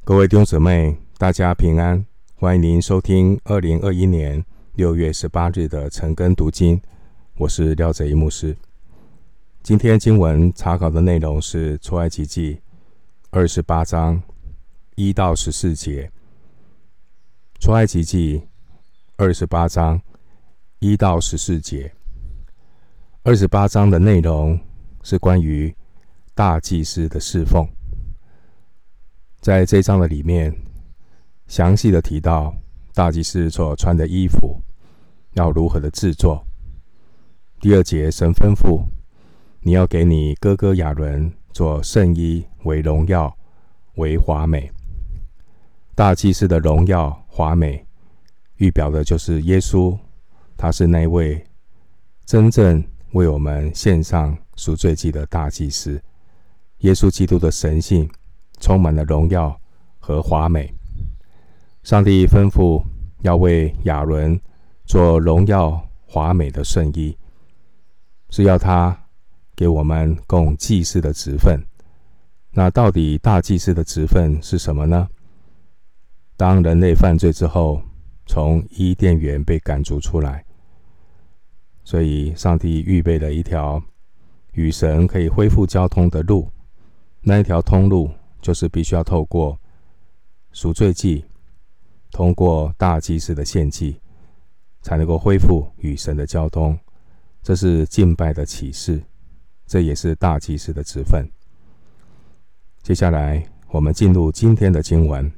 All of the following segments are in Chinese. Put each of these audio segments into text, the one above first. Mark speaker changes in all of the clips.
Speaker 1: 各位弟兄姊妹，大家平安，欢迎您收听2021年6月18日的晨更读经，我是廖哲一牧师。今天经文查考的内容是出埃及记28章1到14节。出埃及记28章1到14节。28章的内容是关于大祭司的侍奉。在这一章的里面，详细的提到大祭司所穿的衣服要如何的制作。第2节，神吩咐你要给你哥哥亚伦做圣衣，为荣耀，为华美。大祭司的荣耀华美，预表的就是耶稣，他是那位真正为我们献上赎罪祭的大祭司。耶稣基督的神性充满了荣耀和华美。上帝吩咐要为亚伦做荣耀华美的圣衣，是要他给我们供祭司的职分。那到底大祭司的职分是什么呢？当人类犯罪之后，从伊甸园被赶逐出来，所以上帝预备了一条与神可以恢复交通的路。那一条通路就是必须要透过赎罪祭，通过大祭司的献祭，才能够恢复与神的交通。这是敬拜的启示，这也是大祭司的职分。接下来我们进入今天的经文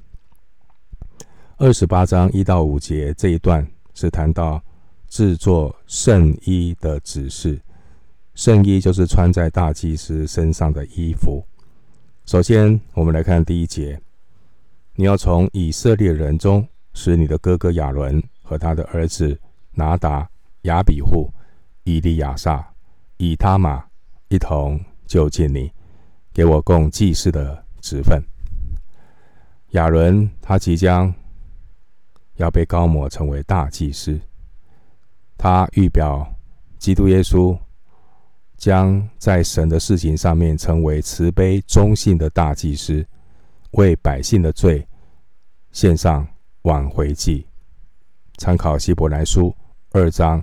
Speaker 1: 28章1到5节。这一段是谈到制作圣衣的指示。圣衣就是穿在大祭司身上的衣服。首先我们来看第1节，你要从以色列人中使你的哥哥亚伦和他的儿子拿达、亚比户、以利亚撒、以他玛一同就近你，给我供祭司的职分。亚伦他即将要被膏抹成为大祭司，他预表基督耶稣将在神的事情上面成为慈悲忠信的大祭司，为百姓的罪献上挽回祭。参考希伯来书2章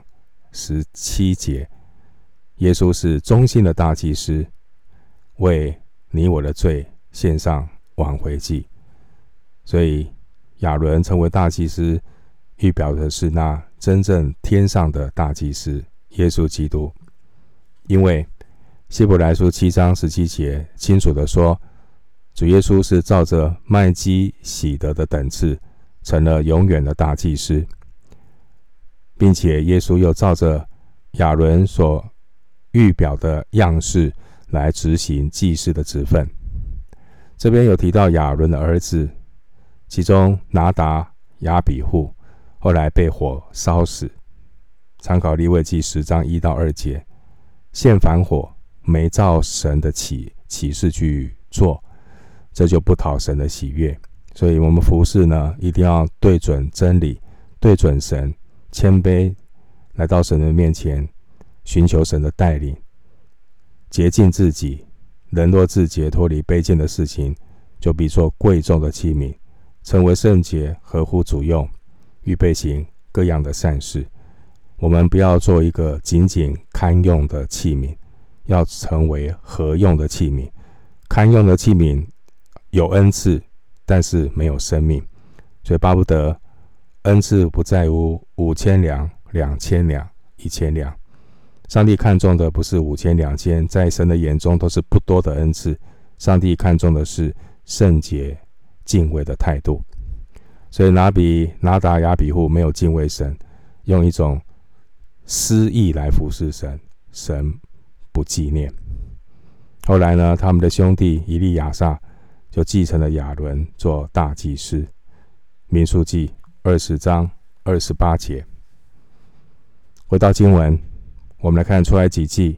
Speaker 1: 17节，耶稣是忠信的大祭司，为你我的罪献上挽回祭。所以亚伦成为大祭司，预表的是那真正天上的大祭司耶稣基督。因为希伯来书7章17节清楚的说，主耶稣是照着麦基洗德的等次成了永远的大祭司，并且耶稣又照着亚伦所预表的样式来执行祭司的职分。这边有提到亚伦的儿子，其中拿达、亚比户后来被火烧死。参考利未记10章1到2节，献反火没照神的启示去做，这就不讨神的喜悦。所以我们服事呢，一定要对准真理，对准神，谦卑来到神的面前，寻求神的带领，洁净自己。人若自洁，脱离卑贱的事情，就必做贵重的器皿，成为圣洁，合乎主用，预备行各样的善事。我们不要做一个仅仅堪用的器皿，要成为合用的器皿。堪用的器皿有恩赐，但是没有生命，所以巴不得恩赐不在乎5000两、2000两、1000两。上帝看重的不是5000、2000，在神的眼中都是不多的恩赐。上帝看重的是圣洁敬畏的态度。所以拿达、亚比户没有敬畏神，用一种私意来服侍神，神不纪念。后来呢，他们的兄弟以利亚撒就继承了亚伦做大祭司。民数记20章28节。回到经文，我们来看出埃及记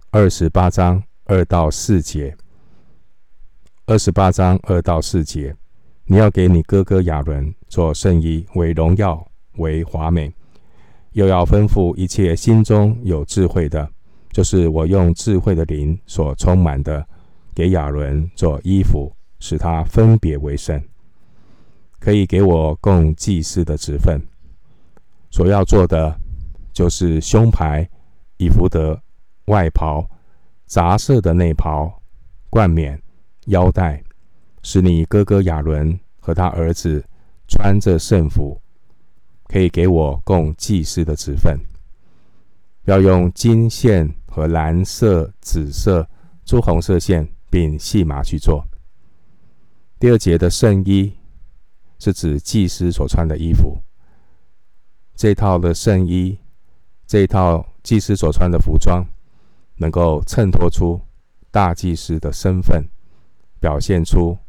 Speaker 1: 28章2到4节。28章2到4节，你要给你哥哥亚伦做圣衣，为荣耀，为华美。又要吩咐一切心中有智慧的，就是我用智慧的灵所充满的，给亚伦做衣服，使他分别为圣。 可以给我供祭司的职分。所要做的就是胸牌、以弗得、外袍、杂色的内袍、冠冕、腰带，使你哥哥亚伦和他儿子穿着圣服，可以给我供祭司的职分。要用金线和蓝色、紫色、朱红色线并细麻去做。第二节的圣衣是指祭司所穿的衣服。这套的圣衣，这一套祭司所穿的服装，能够衬托出大祭司的身份，表现出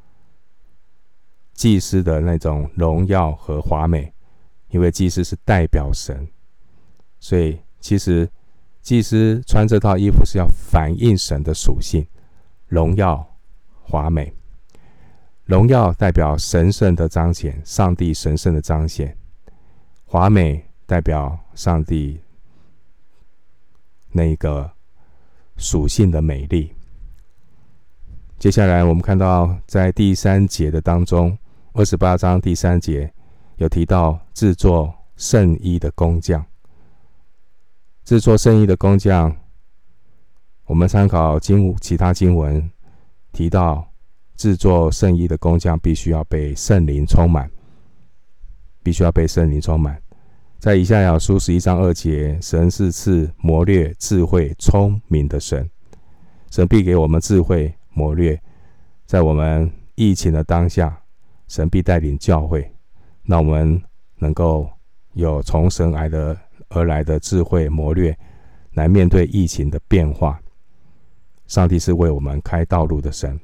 Speaker 1: 祭司的那种荣耀和华美。因为祭司是代表神，所以其实祭司穿这套衣服是要反映神的属性，荣耀、华美。荣耀代表神圣的彰显，上帝神圣的彰显；华美代表上帝那个属性的美丽。接下来我们看到在第3节的当中，28章第3节有提到制作圣衣的工匠。制作圣衣的工匠，我们参考其他经文提到，制作圣衣的工匠必须要被圣灵充满，在以赛亚书11章2节，神是赐谋略、智慧、聪明的神，神必给我们智慧、谋略。在我们疫情的当下，神必带领教会，让我们能够有从神而来的智慧、谋略，来面对疫情的变化。上帝是为我们开道路的神。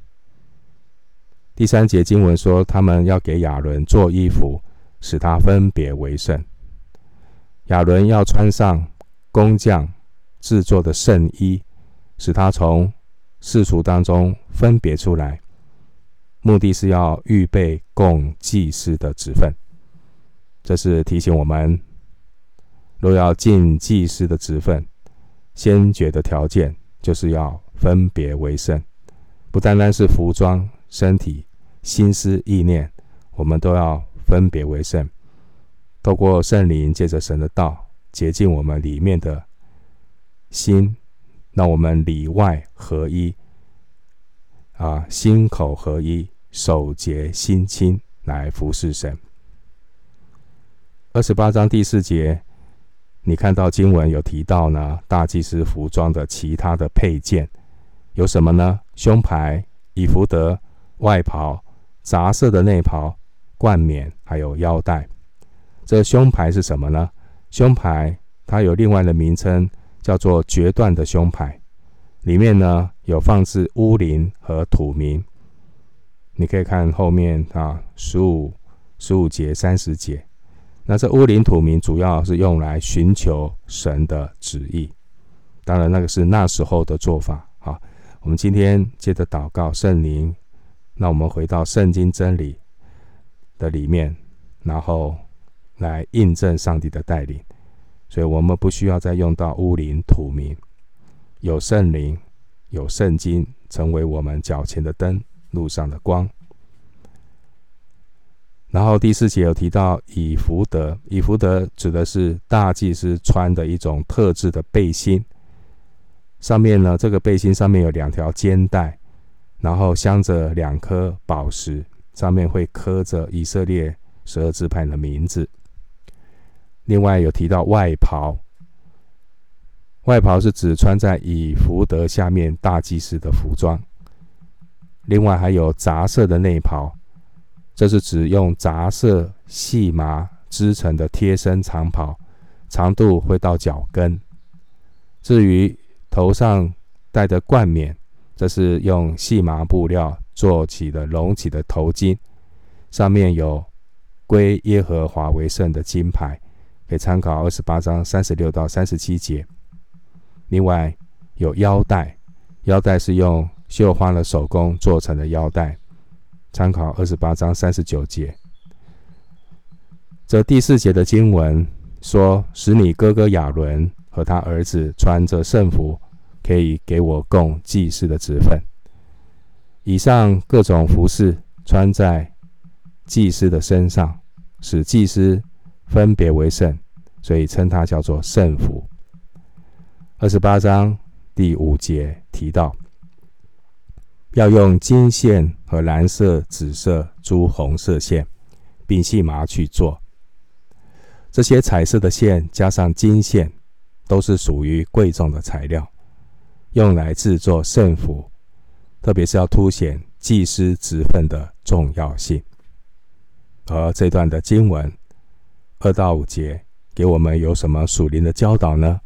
Speaker 1: 第3节经文说，他们要给亚伦做衣服，使他分别为圣。亚伦要穿上工匠制作的圣衣，使他从世俗当中分别出来，目的是要预备供祭司的职分。这是提醒我们，若要进祭司的职分，先决的条件就是要分别为圣。不单单是服装、身体、心思、意念，我们都要分别为圣。透过圣灵，借着神的道，洁净我们里面的心，让我们里外合一，心口合一，手洁心清，来服侍神。28章第4节，你看到经文有提到呢，大祭司服装的其他的配件有什么呢？胸牌、以弗得、外袍、杂色的内袍、冠冕，还有腰带。这胸牌是什么呢？胸牌它有另外的名称，叫做决断的胸牌，里面呢有放置乌灵和土民。你可以看后面15节、30节。那这乌灵土民主要是用来寻求神的旨意，当然那个是那时候的做法。我们今天接着祷告圣灵，那我们回到圣经真理的里面，然后来印证上帝的带领。所以我们不需要再用到乌灵土民，有圣灵，有圣经成为我们脚前的灯，路上的光。然后第4节有提到以弗得，以弗得指的是大祭司穿的一种特制的背心，上面呢，这个背心上面有2条肩带，然后镶着2颗宝石，上面会刻着以色列12支派的名字。另外有提到外袍，外袍是指穿在以弗得下面大祭司的服装。另外还有杂色的内袍，这是指用杂色细麻织成的贴身长袍，长度会到脚跟。至于头上戴的冠冕，这是用细麻布料做起的隆起的头巾，上面有归耶和华为圣的金牌，可以参考28章36到37节。另外有腰带，腰带是用绣花的手工做成的腰带，参考28章39节。这第4节的经文说，使你哥哥亚伦和他儿子穿着圣服，可以给我供祭司的职分。以上各种服饰穿在祭司的身上，使祭司分别为圣，所以称它叫做圣服。28章第5节提到，要用金线和蓝色、紫色、朱红色线，并细麻去做。这些彩色的线加上金线，都是属于贵重的材料，用来制作圣服，特别是要凸显祭司职分的重要性。而这段的经文2到5节给我们有什么属灵的教导呢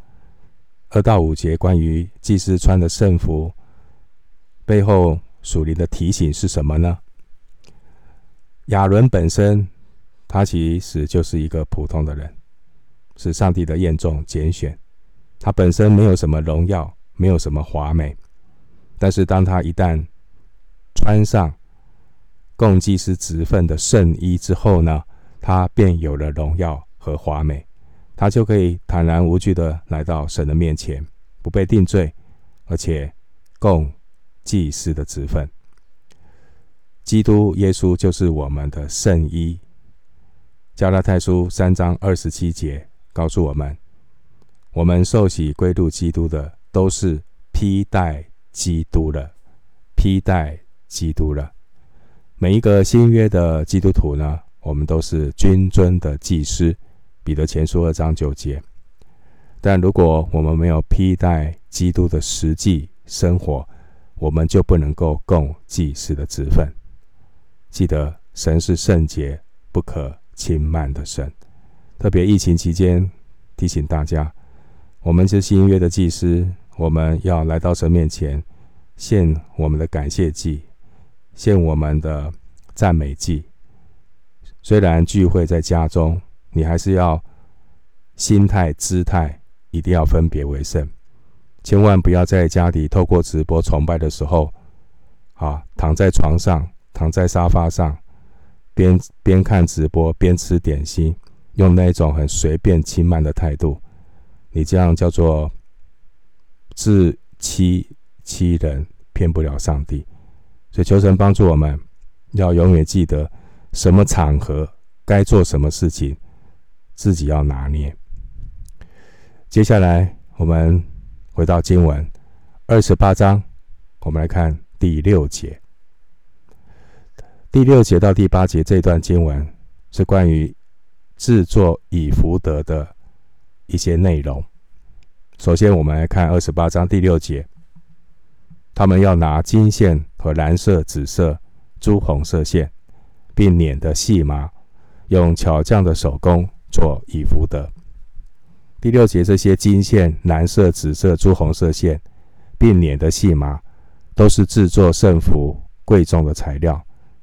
Speaker 1: ？2到5节关于祭司穿的圣服背后属灵的提醒是什么呢？亚伦本身他其实就是一个普通的人，是上帝的验中拣选，他本身没有什么荣耀，没有什么华美，但是当他一旦穿上供祭司职分的圣衣之后呢，他便有了荣耀和华美，他就可以坦然无惧的来到神的面前，不被定罪，而且供祭司的职分。基督耶稣就是我们的圣衣。加拉太书3章27节告诉我们，我们受洗归入基督的，都是披戴基督了，披戴基督了。每一个新约的基督徒呢，我们都是君尊的祭司，彼得前书2章9节。但如果我们没有披戴基督的实际生活，我们就不能够供祭司的职分。记得神是圣洁不可轻慢的神，特别疫情期间提醒大家，我们是新约的祭司，我们要来到神面前，献我们的感谢祭，献我们的赞美祭。虽然聚会在家中，你还是要心态姿态一定要分别为圣，千万不要在家里透过直播崇拜的时候躺在床上，躺在沙发上，边看直播边吃点心，用那种很随便轻慢的态度，你这样叫做自欺欺人，骗不了上帝。所以求神帮助我们，要永远记得什么场合该做什么事情，自己要拿捏。接下来我们回到经文28章，我们来看第6节。第6节到第8节这段经文是关于制作以弗得的一些内容。首先我们来看28章第6节，他们要拿金线和蓝色、紫色、朱红色线，并捻的细麻，用巧匠的手工做以弗得。第6节这些金线、蓝色、紫色、朱红色线，并捻的细麻，都是制作圣服贵重的材料。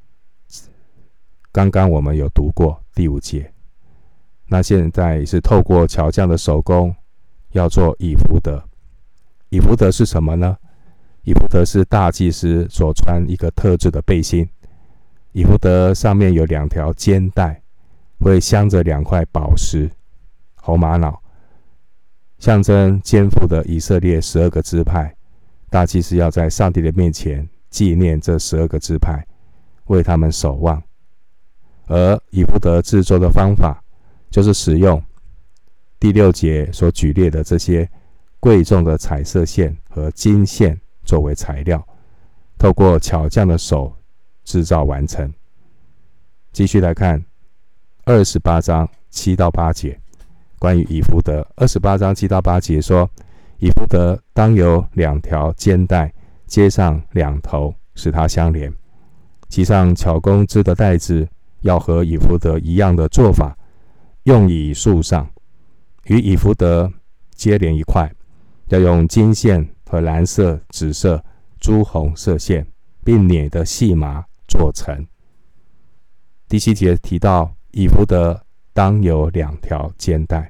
Speaker 1: 刚刚我们有读过第5节，那现在是透过巧匠的手工要做以弗得。以弗得是什么呢？以弗得是大祭司所穿一个特制的背心，以弗得上面有2条肩带，会镶着2块宝石红玛瑙，象征肩负的以色列12个支派。大祭司要在上帝的面前纪念这12个支派，为他们守望。而以弗得制作的方法，就是使用第6节所举列的这些贵重的彩色线和金线作为材料，透过巧匠的手制造完成。继续来看28章7到8节，关于以弗得。28章7到8节说，以弗得当有2条肩带，接上2头，使它相连，其上巧工织的带子要和以弗得一样的做法，用以束上，与以弗得接连一块，要用金线和蓝色、紫色、朱红色线，并捻的细麻做成。第7节提到以弗得当有2条肩带。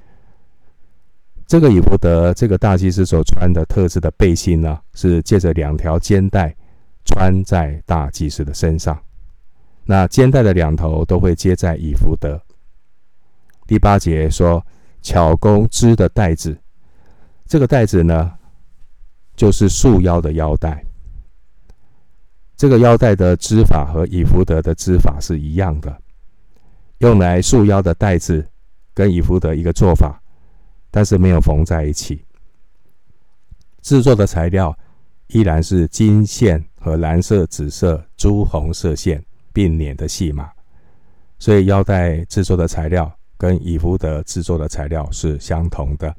Speaker 1: 这个以弗得，这个大祭司所穿的特制的背心呢，是借着2条肩带穿在大祭司的身上。那肩带的2头都会接在以弗得。第8节说，巧工织的带子，这个带子呢，就是束腰的腰带。 这个腰带的织法和以弗得的织法是一样的，用来束腰的带子跟以弗得一个做法，但是没有缝在一起。制作的材料依然是金线和蓝色、紫色、朱红色线并捻的细麻，所以腰带制作的材料跟以弗得制作的材料是相同的。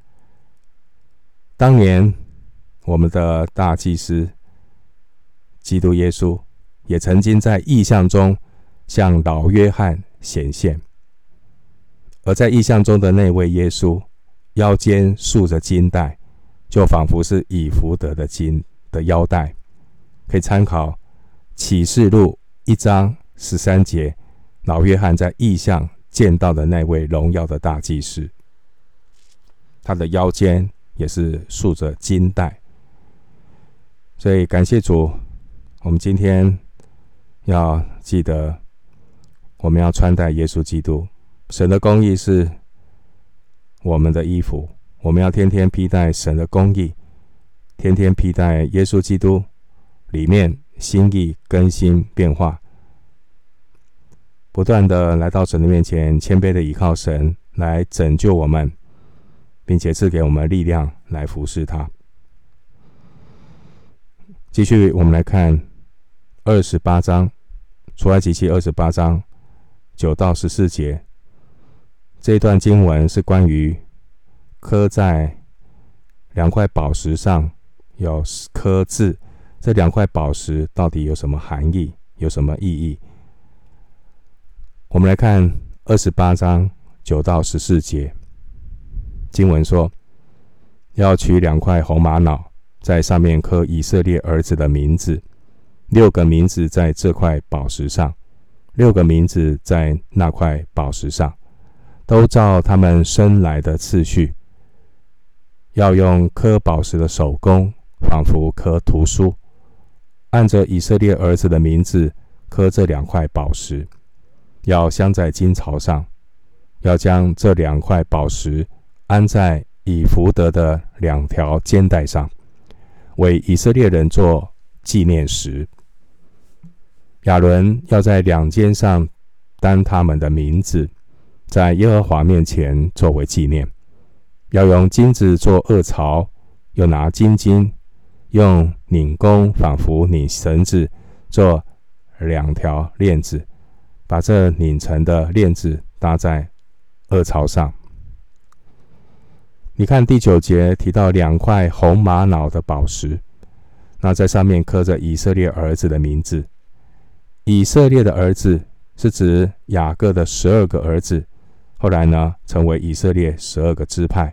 Speaker 1: 当年我们的大祭司基督耶稣也曾经在异象中向老约翰显现，而在异象中的那位耶稣腰间束着金带，就仿佛是以弗得的金的腰带，可以参考启示录1章13节，老约翰在异象见到的那位荣耀的大祭司，他的腰间也是束着金带。所以感谢主，我们今天要记得，我们要穿戴耶稣基督。神的公义是我们的衣服，我们要天天披戴神的公义，天天披戴耶稣基督，里面心意更新变化，不断的来到神的面前，谦卑的倚靠神来拯救我们，并且赐给我们力量来服侍他。继续我们来看28章，出埃及记28章9到14节。这一段经文是关于刻在2块宝石上有刻字，这2块宝石到底有什么含义，有什么意义？我们来看28章9到14节。经文说，要取2块红玛瑙，在上面刻以色列儿子的名字，6个名字在这块宝石上，6个名字在那块宝石上，都照他们生来的次序。要用刻宝石的手工，仿佛刻图书，按着以色列儿子的名字刻这2块宝石，要镶在金槽上，要将这2块宝石安在以弗得的2条肩带上，为以色列人做纪念石。亚伦要在2肩上担他们的名字，在耶和华面前作为纪念。要用金子做2槽，又拿金筋，用拧弓仿佛拧绳子，做2条链子，把这拧成的链子搭在2槽上。你看第9节提到2块红玛瑙的宝石，那在上面刻着以色列儿子的名字。以色列的儿子是指雅各的12个儿子，后来呢成为以色列12个支派，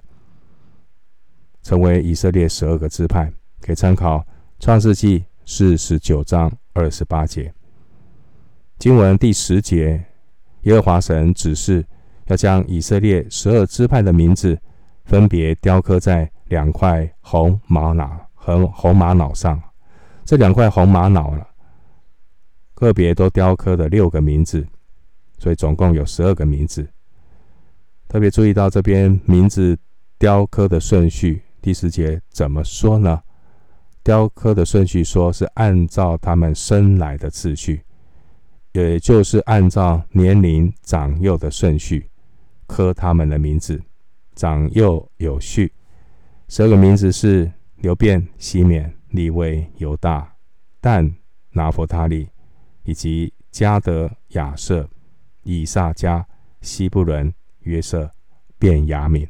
Speaker 1: 可以参考创世纪49章28节。经文第10节，耶和华神指示要将以色列12支派的名字分别雕刻在2块红玛瑙上。这2块红玛瑙个别都雕刻了6个名字，所以总共有12个名字。特别注意到这边名字雕刻的顺序，第10节怎么说呢？雕刻的顺序说是按照他们生来的次序，也就是按照年龄长幼的顺序刻他们的名字，长幼有序。12个名字是流便、西缅、利未、犹大、但、拿弗他利，以及迦得、亚设、以萨迦、西布伦、约瑟、便雅悯。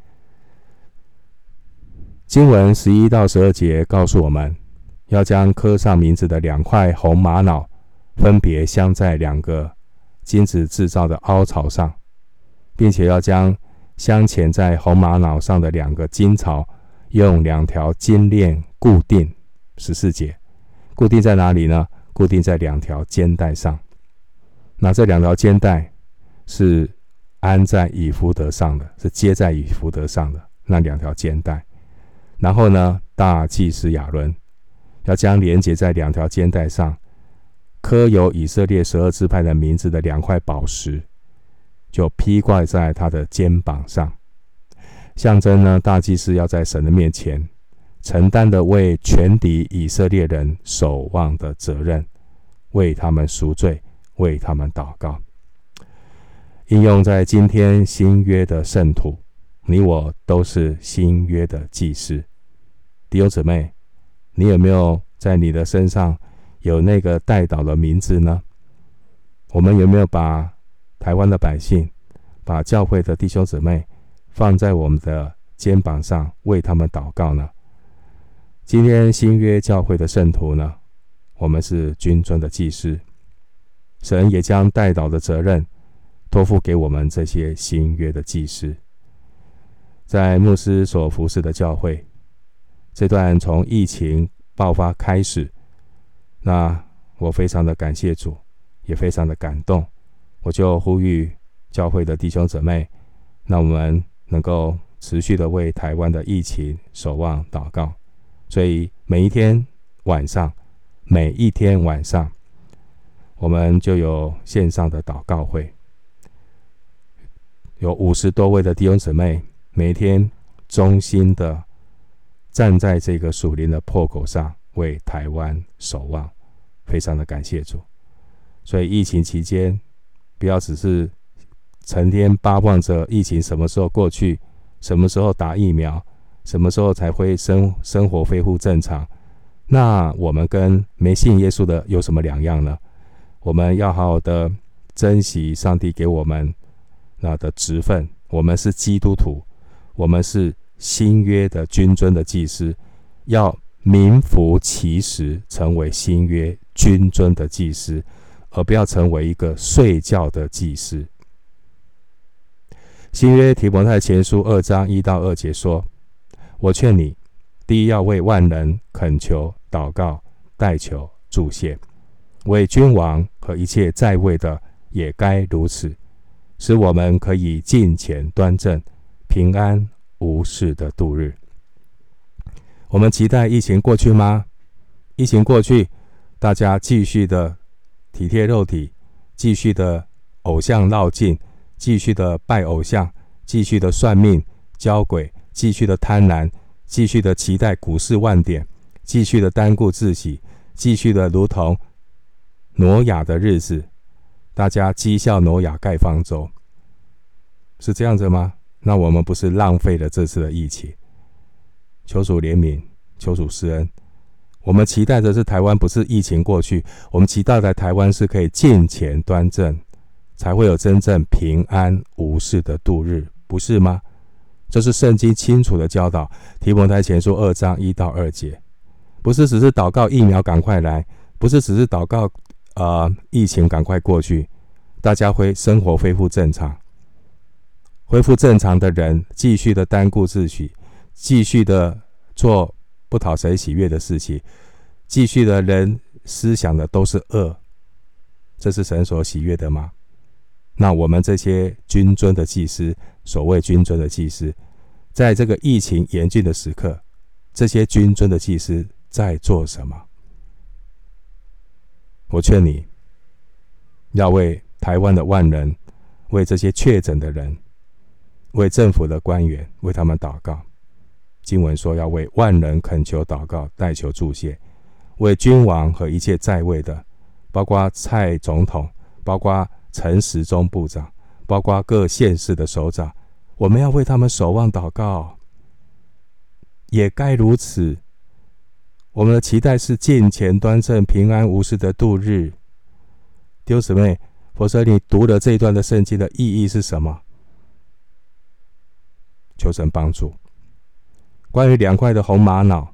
Speaker 1: 经文11到12节告诉我们，要将刻上名字的2块红玛瑙分别镶在2个金子制造的凹槽上，并且要将镶嵌在红玛瑙上的2个金槽用2条金链固定。14节固定在哪里呢？固定在2条肩带上。那这2条肩带是安在以弗得上的，是接在以弗得上的那2条肩带。然后呢，大祭司亚伦要将连结在2条肩带上刻有以色列12支派的名字的2块宝石，就披挂在他的肩膀上，象征呢大祭司要在神的面前承担了为全敌以色列人守望的责任，为他们赎罪，为他们祷告。应用在今天新约的圣徒，你我都是新约的祭司。弟兄姊妹，你有没有在你的身上有那个代祷的名字呢？我们有没有把台湾的百姓，把教会的弟兄姊妹放在我们的肩膀上，为他们祷告呢？今天新约教会的圣徒呢，我们是君尊的祭司，神也将代祷的责任托付给我们这些新约的祭司。在牧师所服侍的教会，这段从疫情爆发开始，那我非常的感谢主，也非常的感动，我就呼吁教会的弟兄姊妹，那我们能够持续的为台湾的疫情守望祷告。所以每一天晚上，我们就有线上的祷告会，有50多位的弟兄姊妹，每天忠心的站在这个属灵的破口上，为台湾守望，非常的感谢主。所以疫情期间，不要只是成天巴望着疫情什么时候过去，什么时候打疫苗，什么时候才会生活恢复正常。那我们跟没信耶稣的有什么两样呢？我们要好好的珍惜上帝给我们那的职分，我们是基督徒，我们是新约的君尊的祭司，要名副其实成为新约君尊的祭司，而不要成为一个睡觉的祭司。新约提摩太前书2章1到2节说，我劝你，第一要为万人恳求、祷告、代求、祝谢，为君王和一切在位的也该如此，使我们可以敬虔端正，平安无事的度日。我们期待疫情过去吗？疫情过去，大家继续的体贴肉体，继续的偶像绕境，继续的拜偶像，继续的算命交鬼，继续的贪婪，继续的期待股市万点，继续的单顾自喜，继续的如同挪亚的日子，大家讥笑挪亚盖方舟，是这样子吗？那我们不是浪费了这次的疫情？求主怜悯，求主施恩。我们期待的是台湾不是疫情过去，我们期待的台湾是可以敬虔端正，才会有真正平安无事的度日，不是吗？这是圣经清楚的教导，提摩太前书2章1到2节。不是只是祷告疫苗赶快来，不是只是祷告疫情赶快过去，大家生活恢复正常。恢复正常的人继续的单顾自喜，继续的做不讨谁喜悦的事情，继续的人思想的都是恶，这是神所喜悦的吗？那我们这些君尊的祭司，所谓君尊的祭司，在这个疫情严峻的时刻，这些君尊的祭司在做什么？我劝你要为台湾的万人，为这些确诊的人，为政府的官员，为他们祷告。经文说要为万人恳求祷告，代求祝谢，为君王和一切在位的，包括蔡总统，包括陈时中部长，包括各县市的首长，我们要为他们守望祷告，也该如此。我们的期待是敬虔端正，平安无事的度日。弟兄姊妹，否则你读了这一段的圣经的意义是什么？求神帮助。关于2块的红玛瑙，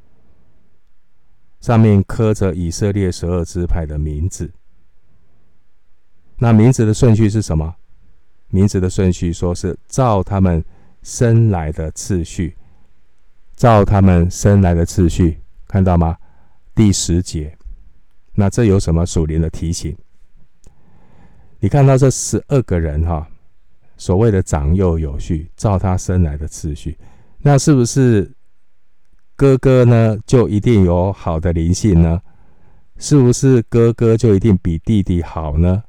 Speaker 1: 上面刻着以色列12支派的名字。那名字的顺序是什么？名字的顺序说是照他们生来的次序，照他们生来的次序，看到吗？第10节。那这有什么属灵的提醒？你看到这12个人所谓的长幼有序，照他生来的次序，那是不是哥哥呢就一定有好的灵性呢？是不是哥哥就一定比弟弟好呢？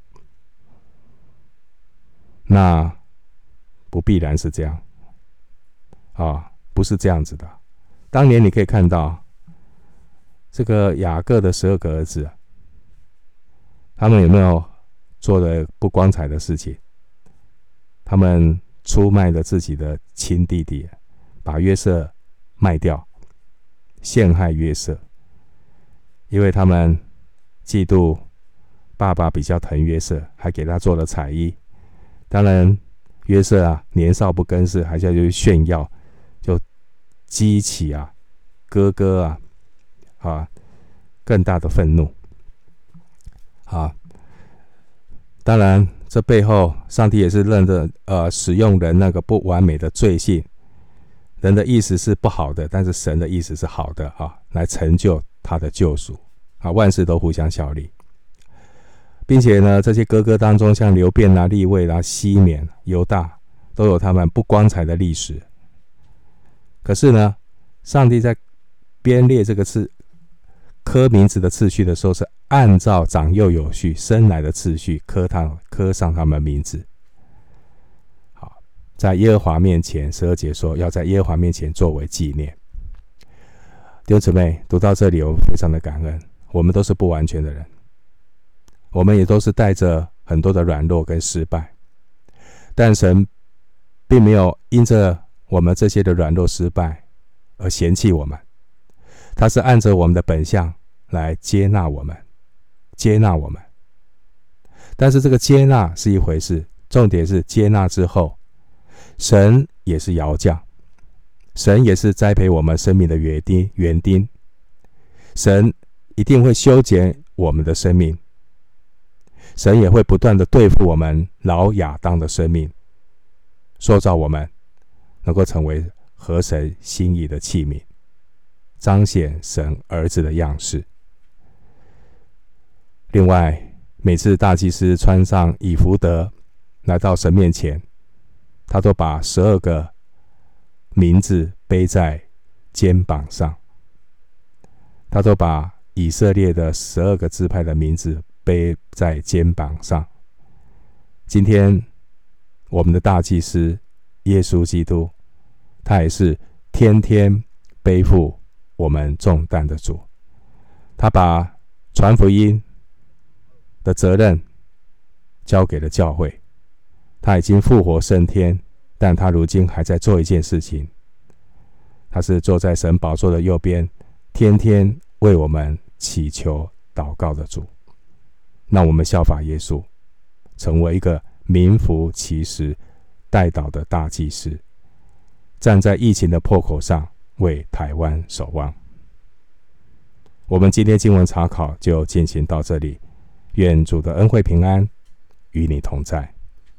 Speaker 1: 那不必然是这样不是这样子的。 当年你可以看到这个雅各的12个儿子，他们有没有做了不光彩的事情？他们出卖了自己的亲弟弟，把约瑟卖掉，陷害约瑟，因为他们嫉妒爸爸比较疼约瑟，还给他做了彩衣。当然约瑟年少不更事，还下去炫耀，就激起哥哥更大的愤怒。当然这背后上帝也是认得使用人那个不完美的罪性，人的意思是不好的，但是神的意思是好的来成就他的救赎万事都互相效力。并且呢，这些哥哥当中，像流便利未西缅、犹大，都有他们不光彩的历史。可是呢，上帝在编列这个刻名字的次序的时候，是按照长幼有序生来的次序刻上他们名字。好，在耶和华面前，12节说要在耶和华面前作为纪念。弟兄姊妹，读到这里我非常的感恩，我们都是不完全的人，我们也都是带着很多的软弱跟失败，但神并没有因着我们这些的软弱失败而嫌弃我们，他是按着我们的本相来接纳我们。但是这个接纳是一回事，重点是接纳之后，神也是窑匠，神也是栽培我们生命的园丁，神一定会修剪我们的生命，神也会不断的对付我们老亚当的生命，塑造我们能够成为合神心意的器皿，彰显神儿子的样式。另外，每次大祭司穿上以弗得来到神面前，他都把12个名字背在肩膀上，他都把以色列的12个支派的名字背在肩膀上。今天我们的大祭司耶稣基督，他也是天天背负我们重担的主，他把传福音的责任交给了教会。他已经复活升天，但他如今还在做一件事情，他是坐在神宝座的右边，天天为我们祈求祷告的主。让我们效法耶稣，成为一个名副其实代祷的大祭司，站在疫情的破口上为台湾守望。我们今天经文查考就进行到这里，愿主的恩惠平安与你同在。